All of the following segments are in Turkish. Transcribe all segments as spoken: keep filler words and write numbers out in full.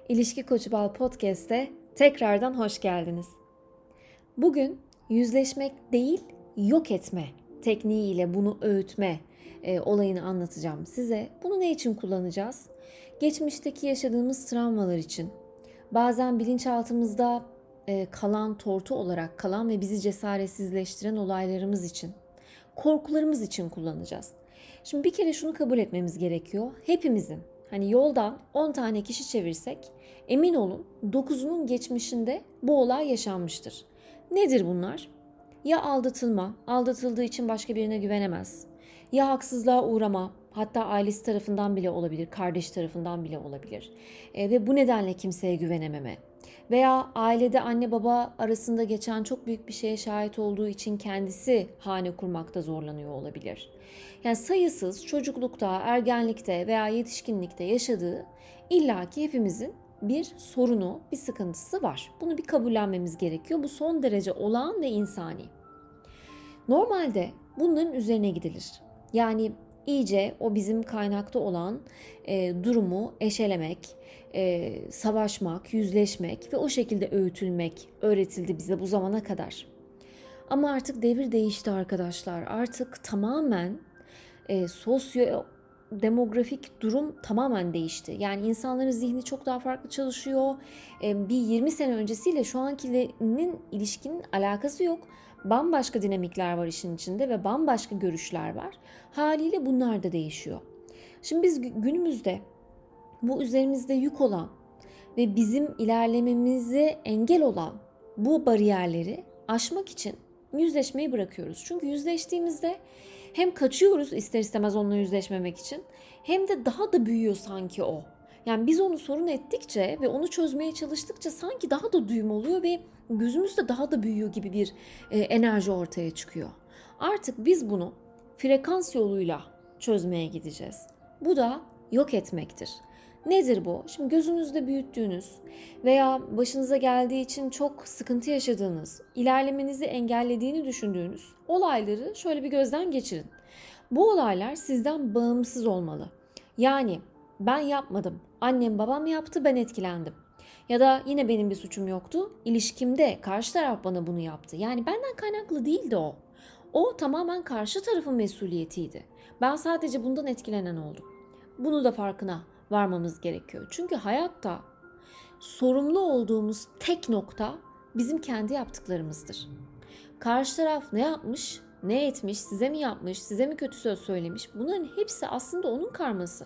İlişki Koçu Bal Podcast'e tekrardan hoş geldiniz. Bugün yüzleşmek değil, yok etme tekniğiyle bunu öğütme e, olayını anlatacağım size. Bunu ne için kullanacağız? Geçmişteki yaşadığımız travmalar için, bazen bilinçaltımızda e, kalan tortu olarak kalan ve bizi cesaretsizleştiren olaylarımız için, korkularımız için kullanacağız. Şimdi bir kere şunu kabul etmemiz gerekiyor. Hepimizin, hani yoldan on tane kişi çevirsek emin olun dokuzunun geçmişinde bu olay yaşanmıştır. Nedir bunlar? Ya aldatılma, aldatıldığı için başka birine güvenemez. Ya haksızlığa uğrama, hatta ailesi tarafından bile olabilir, kardeş tarafından bile olabilir. E, ve bu nedenle kimseye güvenememe. Veya ailede anne baba arasında geçen çok büyük bir şeye şahit olduğu için kendisi hane kurmakta zorlanıyor olabilir. Yani sayısız çocuklukta, ergenlikte veya yetişkinlikte yaşadığı illaki hepimizin bir sorunu, bir sıkıntısı var. Bunu bir kabullenmemiz gerekiyor. Bu son derece olağan ve insani. Normalde bunların üzerine gidilir. Yani iyice o bizim kaynakta olan e, durumu eşelemek, e, savaşmak, yüzleşmek ve o şekilde öğütülmek öğretildi bize bu zamana kadar. Ama artık devir değişti arkadaşlar. Artık tamamen e, sosyo demografik durum tamamen değişti. Yani insanların zihni çok daha farklı çalışıyor. E, bir yirmi sene öncesiyle şu ankinin ilişkinin alakası yok. Bambaşka dinamikler var işin içinde ve bambaşka görüşler var. Haliyle bunlar da değişiyor. Şimdi biz günümüzde bu üzerimizde yük olan ve bizim ilerlememize engel olan bu bariyerleri aşmak için yüzleşmeyi bırakıyoruz. Çünkü yüzleştiğimizde hem kaçıyoruz ister istemez onunla yüzleşmemek için, hem de daha da büyüyor sanki o. Yani biz onu sorun ettikçe ve onu çözmeye çalıştıkça sanki daha da düğüm oluyor ve gözümüzde daha da büyüyor gibi bir e, enerji ortaya çıkıyor. Artık biz bunu frekans yoluyla çözmeye gideceğiz. Bu da yok etmektir. Nedir bu? Şimdi gözünüzde büyüttüğünüz veya başınıza geldiği için çok sıkıntı yaşadığınız, ilerlemenizi engellediğini düşündüğünüz olayları şöyle bir gözden geçirin. Bu olaylar sizden bağımsız olmalı. Yani ben yapmadım, annem babam yaptı, ben etkilendim. Ya da yine benim bir suçum yoktu, ilişkimde karşı taraf bana bunu yaptı. Yani benden kaynaklı değildi o. O tamamen karşı tarafın mesuliyetiydi. Ben sadece bundan etkilenen oldum. Bunu da farkına varmamız gerekiyor. Çünkü hayatta sorumlu olduğumuz tek nokta bizim kendi yaptıklarımızdır. Karşı taraf ne yapmış, ne etmiş, size mi yapmış, size mi kötü söz söylemiş, bunların hepsi aslında onun karması.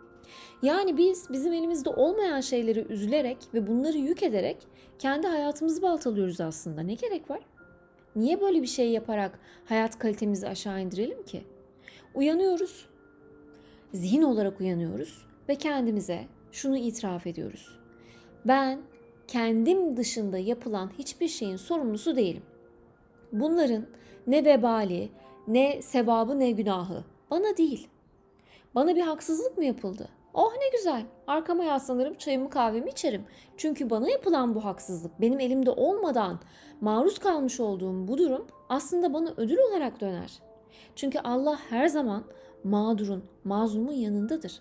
Yani biz bizim elimizde olmayan şeyleri üzülerek ve bunları yük ederek kendi hayatımızı baltalıyoruz aslında. Ne gerek var? Niye böyle bir şey yaparak hayat kalitemizi aşağı indirelim ki? Uyanıyoruz, zihin olarak uyanıyoruz ve kendimize şunu itiraf ediyoruz. Ben kendim dışında yapılan hiçbir şeyin sorumlusu değilim. Bunların ne vebali, ne sevabı, ne günahı bana değil. Bana bir haksızlık mı yapıldı? Oh ne güzel. Arkama yaslanırım, çayımı kahvemi içerim. Çünkü bana yapılan bu haksızlık, benim elimde olmadan maruz kalmış olduğum bu durum aslında bana ödül olarak döner. Çünkü Allah her zaman mağdurun, mazlumun yanındadır.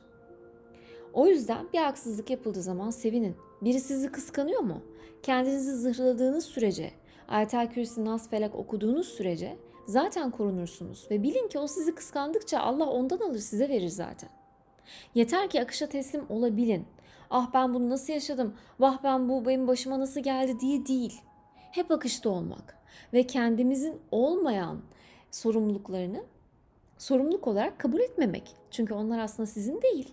O yüzden bir haksızlık yapıldığı zaman sevinin. Biri sizi kıskanıyor mu? Kendinizi zırhladığınız sürece, Ayetel Kürsi, Nas, Felak okuduğunuz sürece zaten korunursunuz. Ve bilin ki o sizi kıskandıkça Allah ondan alır, size verir zaten. Yeter ki akışa teslim olabilin. Ah ben bunu nasıl yaşadım, vah ben bu benim başıma nasıl geldi diye değil. Hep akışta olmak ve kendimizin olmayan sorumluluklarını sorumluluk olarak kabul etmemek. Çünkü onlar aslında sizin değil.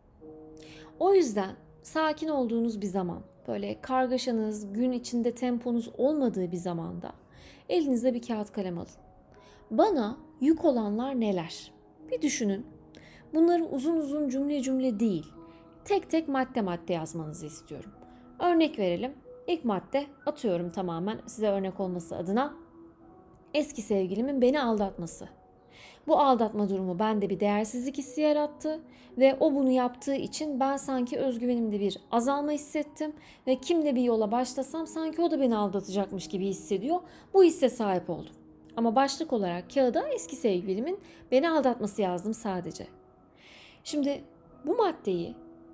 O yüzden sakin olduğunuz bir zaman, böyle kargaşanız, gün içinde temponuz olmadığı bir zamanda elinize bir kağıt kalem alın. Bana yük olanlar neler? Bir düşünün. Bunları uzun uzun cümle cümle değil, tek tek madde madde yazmanızı istiyorum. Örnek verelim. İlk madde, atıyorum tamamen size örnek olması adına, eski sevgilimin beni aldatması. Bu aldatma durumu bende bir değersizlik hissi yarattı ve o bunu yaptığı için ben sanki özgüvenimde bir azalma hissettim ve kimle bir yola başlasam sanki o da beni aldatacakmış gibi hissediyor. Bu hisse sahip oldum. Ama başlık olarak kağıda eski sevgilimin beni aldatması yazdım sadece. Şimdi bu maddeyi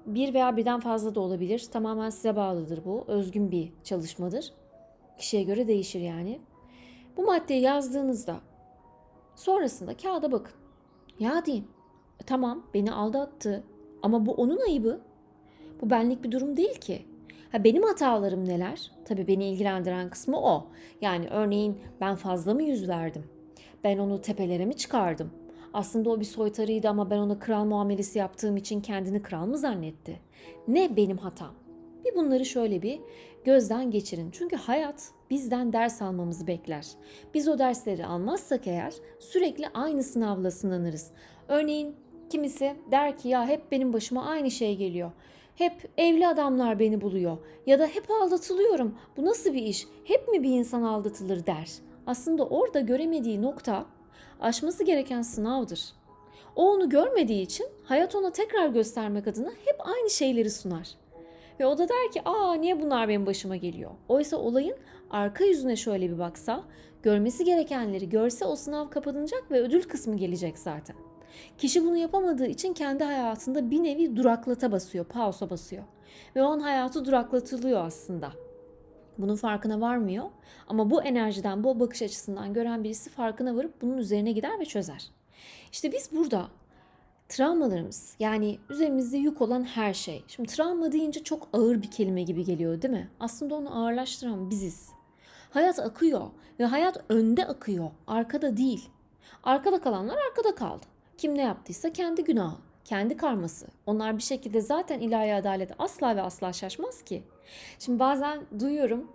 bir veya birden fazla da olabilir. Tamamen size bağlıdır bu. Özgün bir çalışmadır. Kişiye göre değişir yani. Bu maddeyi yazdığınızda sonrasında kağıda bakın. Ya deyin. E, tamam beni aldattı ama bu onun ayıbı. Bu benlik bir durum değil ki. Ha, benim hatalarım neler? Tabii beni ilgilendiren kısmı o. Yani örneğin ben fazla mı yüz verdim? Ben onu tepelere mi çıkardım? Aslında o bir soytarıydı ama ben ona kral muamelesi yaptığım için kendini kral mı zannetti? Ne benim hatam? Bir bunları şöyle bir gözden geçirin. Çünkü hayat bizden ders almamızı bekler. Biz o dersleri almazsak eğer sürekli aynı sınavla sınanırız. Örneğin kimisi der ki ya hep benim başıma aynı şey geliyor. Hep evli adamlar beni buluyor ya da hep aldatılıyorum. Bu nasıl bir iş? Hep mi bir insan aldatılır der. Aslında orada göremediği nokta aşması gereken sınavdır. O onu görmediği için hayat ona tekrar göstermek adına hep aynı şeyleri sunar. Ve o da der ki aa niye bunlar benim başıma geliyor? Oysa olayın arka yüzüne şöyle bir baksa, görmesi gerekenleri görse o sınav kapanacak ve ödül kısmı gelecek zaten. Kişi bunu yapamadığı için kendi hayatında bir nevi duraklata basıyor, pausa basıyor. Ve o an hayatı duraklatılıyor aslında. Bunun farkına varmıyor ama bu enerjiden, bu bakış açısından gören birisi farkına varıp bunun üzerine gider ve çözer. İşte biz burada travmalarımız, yani üzerimizde yük olan her şey. Şimdi travma deyince çok ağır bir kelime gibi geliyor değil mi? Aslında onu ağırlaştıran biziz. Hayat akıyor ve hayat önde akıyor, arkada değil. Arkada kalanlar arkada kaldı. Kim ne yaptıysa kendi günahı, kendi karması. Onlar bir şekilde zaten ilahi adalete asla ve asla şaşmaz ki. Şimdi bazen duyuyorum,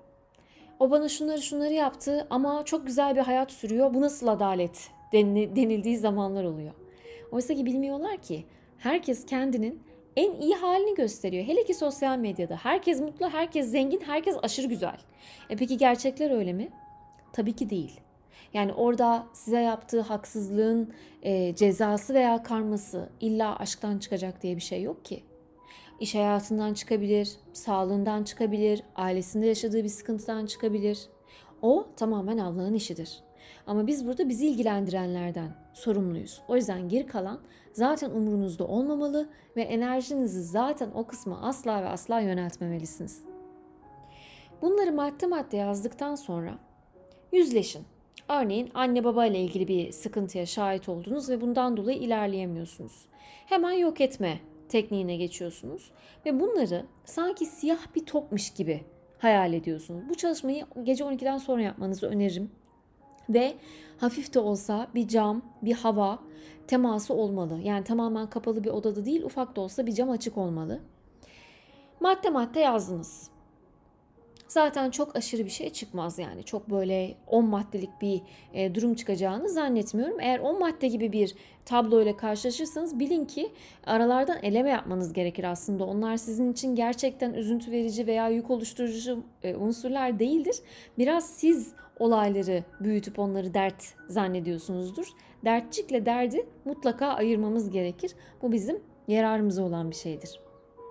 o bana şunları şunları yaptı ama çok güzel bir hayat sürüyor. Bu nasıl adalet denildiği zamanlar oluyor. Oysa ki bilmiyorlar ki herkes kendinin en iyi halini gösteriyor. Hele ki sosyal medyada. Herkes mutlu, herkes zengin, herkes aşırı güzel. E peki gerçekler öyle mi? Tabii ki değil. Yani orada size yaptığı haksızlığın e, cezası veya karması illa aşktan çıkacak diye bir şey yok ki. İş hayatından çıkabilir, sağlığından çıkabilir, ailesinde yaşadığı bir sıkıntıdan çıkabilir. O tamamen Allah'ın işidir. Ama biz burada bizi ilgilendirenlerden sorumluyuz. O yüzden geri kalan zaten umurunuzda olmamalı ve enerjinizi zaten o kısma asla ve asla yöneltmemelisiniz. Bunları madde madde yazdıktan sonra yüzleşin. Örneğin anne baba ile ilgili bir sıkıntıya şahit oldunuz ve bundan dolayı ilerleyemiyorsunuz. Hemen yok etme tekniğine geçiyorsunuz ve bunları sanki siyah bir topmuş gibi hayal ediyorsunuz. Bu çalışmayı gece on ikiden sonra yapmanızı öneririm. Ve hafif de olsa bir cam, bir hava teması olmalı. Yani tamamen kapalı bir odada değil, ufak da olsa bir cam açık olmalı. Madde madde yazdınız. Zaten çok aşırı bir şey çıkmaz yani. Çok böyle on maddelik bir e, durum çıkacağını zannetmiyorum. Eğer on madde gibi bir tablo ile karşılaşırsanız bilin ki aralardan eleme yapmanız gerekir aslında. Onlar sizin için gerçekten üzüntü verici veya yük oluşturucu e, unsurlar değildir. Biraz siz olayları büyütüp onları dert zannediyorsunuzdur. Dertçikle derdi mutlaka ayırmamız gerekir. Bu bizim yararımıza olan bir şeydir.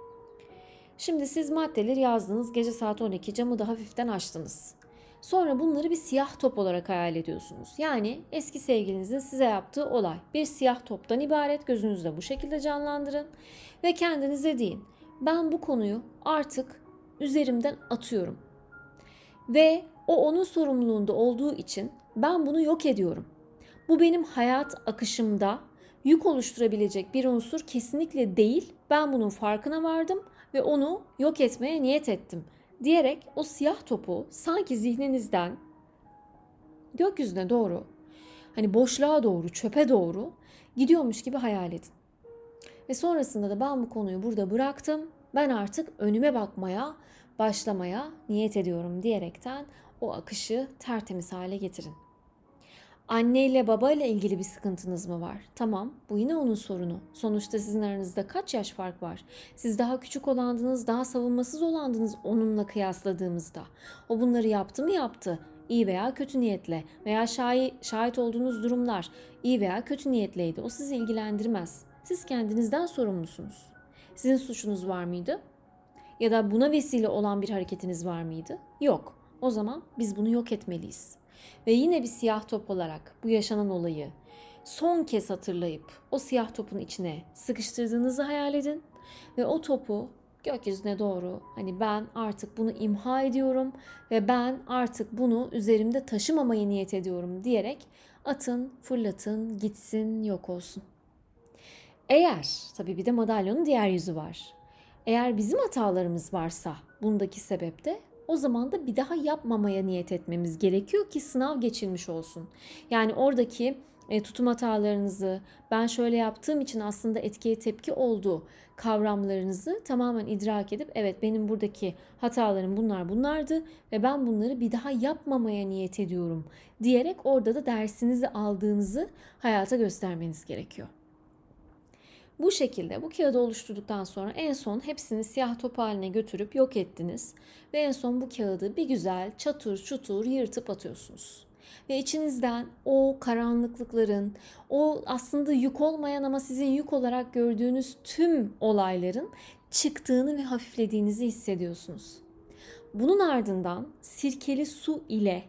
Şimdi siz maddeleri yazdınız, gece saat on iki, camı da hafiften açtınız. Sonra bunları bir siyah top olarak hayal ediyorsunuz. Yani eski sevgilinizin size yaptığı olay bir siyah toptan ibaret, gözünüzde bu şekilde canlandırın ve kendinize deyin. Ben bu konuyu artık üzerimden atıyorum ve o onun sorumluluğunda olduğu için ben bunu yok ediyorum. Bu benim hayat akışımda yük oluşturabilecek bir unsur kesinlikle değil. Ben bunun farkına vardım ve onu yok etmeye niyet ettim diyerek o siyah topu sanki zihninizden gökyüzüne doğru, hani boşluğa doğru, çöpe doğru gidiyormuş gibi hayal edin. Ve sonrasında da ben bu konuyu burada bıraktım. Ben artık önüme bakmaya, başlamaya niyet ediyorum diyerekten o akışı tertemiz hale getirin. Anneyle babayla ilgili bir sıkıntınız mı var? Tamam, bu yine onun sorunu. Sonuçta sizin aranızda kaç yaş fark var? Siz daha küçük olandınız, daha savunmasız olandınız onunla kıyasladığımızda. O bunları yaptı mı yaptı? İyi veya kötü niyetle veya şahit, şahit olduğunuz durumlar iyi veya kötü niyetleydi. O sizi ilgilendirmez. Siz kendinizden sorumlusunuz. Sizin suçunuz var mıydı? Ya da buna vesile olan bir hareketiniz var mıydı? Yok. O zaman biz bunu yok etmeliyiz. Ve yine bir siyah top olarak bu yaşanan olayı son kez hatırlayıp o siyah topun içine sıkıştırdığınızı hayal edin. Ve o topu gökyüzüne doğru, hani ben artık bunu imha ediyorum ve ben artık bunu üzerimde taşımamayı niyet ediyorum diyerek atın, fırlatın, gitsin, yok olsun. Eğer, tabii bir de madalyonun diğer yüzü var. Eğer bizim hatalarımız varsa bundaki sebepte, o zaman da bir daha yapmamaya niyet etmemiz gerekiyor ki sınav geçilmiş olsun. Yani oradaki e, tutum hatalarınızı, ben şöyle yaptığım için aslında etkiye tepki oldu kavramlarınızı tamamen idrak edip, evet benim buradaki hatalarım bunlar bunlardı ve ben bunları bir daha yapmamaya niyet ediyorum diyerek orada da dersinizi aldığınızı hayata göstermeniz gerekiyor. Bu şekilde bu kağıdı oluşturduktan sonra en son hepsini siyah top haline götürüp yok ettiniz. Ve en son bu kağıdı bir güzel çatır çutur yırtıp atıyorsunuz. Ve içinizden o karanlıklıkların, o aslında yük olmayan ama sizin yük olarak gördüğünüz tüm olayların çıktığını ve hafiflediğinizi hissediyorsunuz. Bunun ardından sirkeli su ile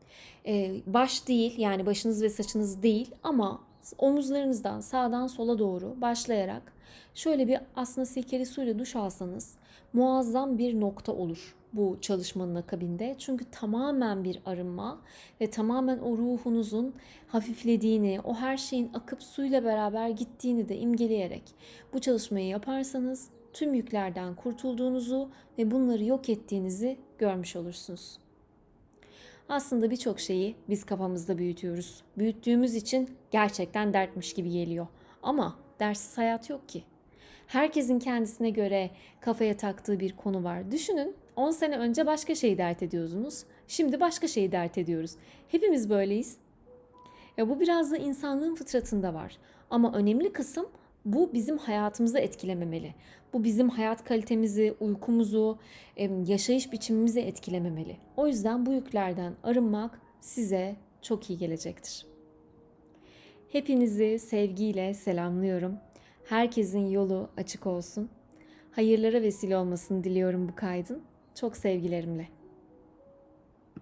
baş değil, yani başınız ve saçınız değil ama omuzlarınızdan sağdan sola doğru başlayarak şöyle bir aslında sirkeli suyla duş alsanız muazzam bir nokta olur bu çalışmanın akabinde. Çünkü tamamen bir arınma ve tamamen o ruhunuzun hafiflediğini, o her şeyin akıp suyla beraber gittiğini de imgeleyerek bu çalışmayı yaparsanız tüm yüklerden kurtulduğunuzu ve bunları yok ettiğinizi görmüş olursunuz. Aslında birçok şeyi biz kafamızda büyütüyoruz. Büyüttüğümüz için gerçekten dertmiş gibi geliyor. Ama dersiz hayat yok ki. Herkesin kendisine göre kafaya taktığı bir konu var. Düşünün, on sene önce başka şeyi dert ediyordunuz. Şimdi başka şeyi dert ediyoruz. Hepimiz böyleyiz. Ya bu biraz da insanlığın fıtratında var. Ama önemli kısım, bu bizim hayatımızı etkilememeli. Bu bizim hayat kalitemizi, uykumuzu, yaşayış biçimimizi etkilememeli. O yüzden bu yüklerden arınmak size çok iyi gelecektir. Hepinizi sevgiyle selamlıyorum. Herkesin yolu açık olsun. Hayırlara vesile olmasını diliyorum bu kaydın. Çok sevgilerimle.